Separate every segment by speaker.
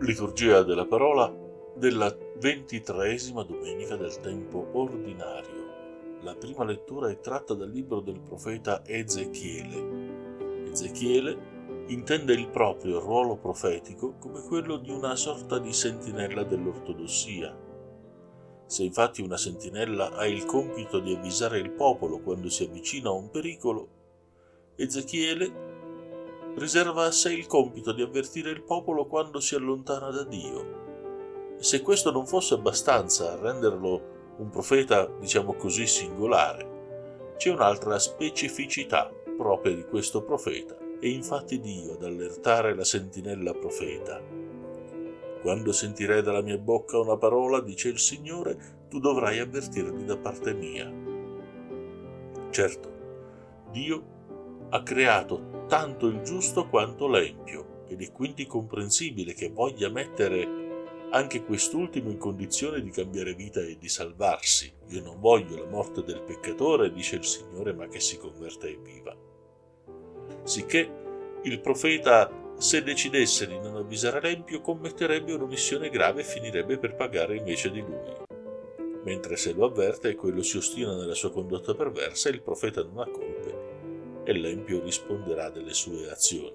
Speaker 1: Liturgia della parola della 23esima domenica del tempo ordinario. La prima lettura è tratta dal libro del profeta Ezechiele. Ezechiele intende il proprio ruolo profetico come quello di una sorta di sentinella dell'ortodossia. Se infatti una sentinella ha il compito di avvisare il popolo quando si avvicina a un pericolo, Ezechiele riserva a sé il compito di avvertire il popolo quando si allontana da Dio. E se questo non fosse abbastanza a renderlo un profeta, diciamo così, singolare, c'è un'altra specificità propria di questo profeta, e infatti Dio ad allertare la sentinella profeta. Quando sentirai dalla mia bocca una parola, dice il Signore, tu dovrai avvertirmi da parte mia. Certo, Dio ha creato tanto il giusto quanto l'empio, ed è quindi comprensibile che voglia mettere anche quest'ultimo in condizione di cambiare vita e di salvarsi. Io non voglio la morte del peccatore, dice il Signore, ma che si converta e viva. Sicché il profeta, se decidesse di non avvisare l'empio, commetterebbe un'omissione grave e finirebbe per pagare invece di lui. Mentre se lo avverte e quello si ostina nella sua condotta perversa, il profeta non ha colpe e l'empio risponderà delle sue azioni.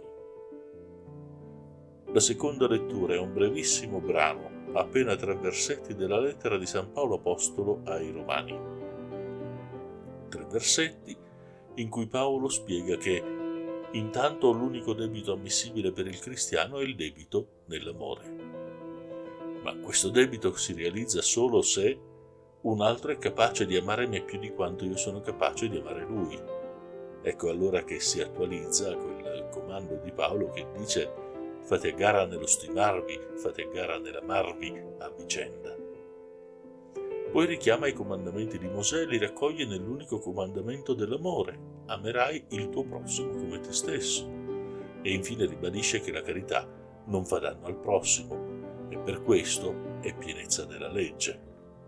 Speaker 1: La seconda lettura è un brevissimo brano, appena 3 versetti della lettera di San Paolo Apostolo ai Romani. 3 versetti in cui Paolo spiega che intanto l'unico debito ammissibile per il cristiano è il debito nell'amore. Ma questo debito si realizza solo se un altro è capace di amare me più di quanto io sono capace di amare lui. Ecco allora che si attualizza quel comando di Paolo che dice: fate a gara nello stimarvi, fate a gara nell'amarvi a vicenda. Poi richiama i comandamenti di Mosè e li raccoglie nell'unico comandamento dell'amore: amerai il tuo prossimo come te stesso. E infine ribadisce che la carità non fa danno al prossimo e per questo è pienezza della legge.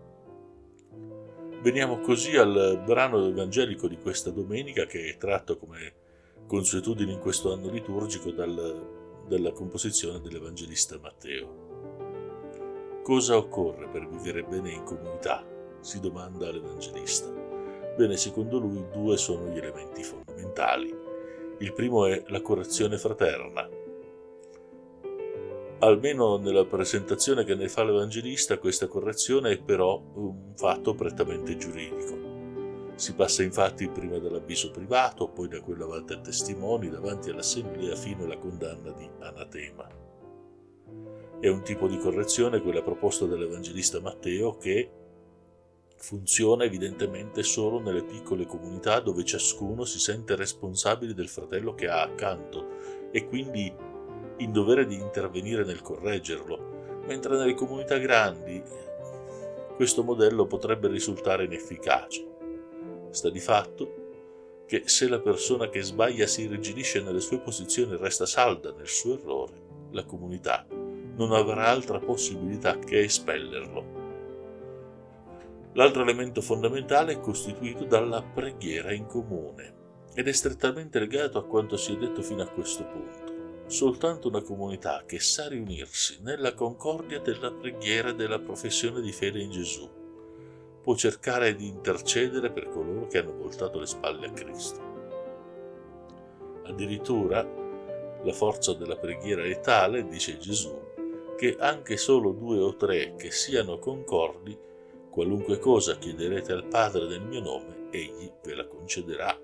Speaker 1: Veniamo così al brano evangelico di questa domenica, che è tratto come consuetudine in questo anno liturgico dalla composizione dell'Evangelista Matteo. Cosa occorre per vivere bene in comunità? Si domanda l'Evangelista. Bene, secondo lui 2 sono gli elementi fondamentali. Il primo è la correzione fraterna. Almeno nella presentazione che ne fa l'Evangelista, questa correzione è però un fatto prettamente giuridico. Si passa infatti prima dall'avviso privato, poi da quello davanti a testimoni, davanti all'assemblea, fino alla condanna di anatema. È un tipo di correzione, quella proposta dall'Evangelista Matteo, che funziona evidentemente solo nelle piccole comunità dove ciascuno si sente responsabile del fratello che ha accanto e quindi in dovere di intervenire nel correggerlo, mentre nelle comunità grandi questo modello potrebbe risultare inefficace. Sta di fatto che se la persona che sbaglia si irrigidisce nelle sue posizioni e resta salda nel suo errore, la comunità non avrà altra possibilità che espellerlo. L'altro elemento fondamentale è costituito dalla preghiera in comune ed è strettamente legato a quanto si è detto fino a questo punto. Soltanto una comunità che sa riunirsi nella concordia della preghiera e della professione di fede in Gesù può cercare di intercedere per coloro che hanno voltato le spalle a Cristo. Addirittura la forza della preghiera è tale, dice Gesù, che anche solo 2 o 3 che siano concordi, qualunque cosa chiederete al Padre nel mio nome, egli ve la concederà.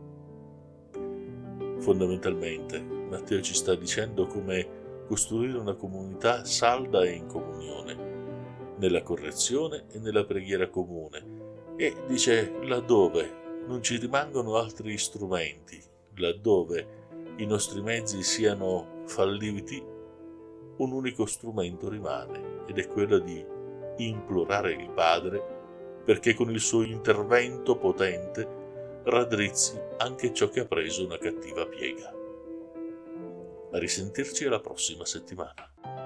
Speaker 1: Fondamentalmente, Matteo ci sta dicendo come costruire una comunità salda e in comunione, nella correzione e nella preghiera comune, e dice laddove non ci rimangono altri strumenti, laddove i nostri mezzi siano falliti, un unico strumento rimane ed è quello di implorare il Padre perché con il suo intervento potente raddrizzi anche ciò che ha preso una cattiva piega. A risentirci alla prossima settimana.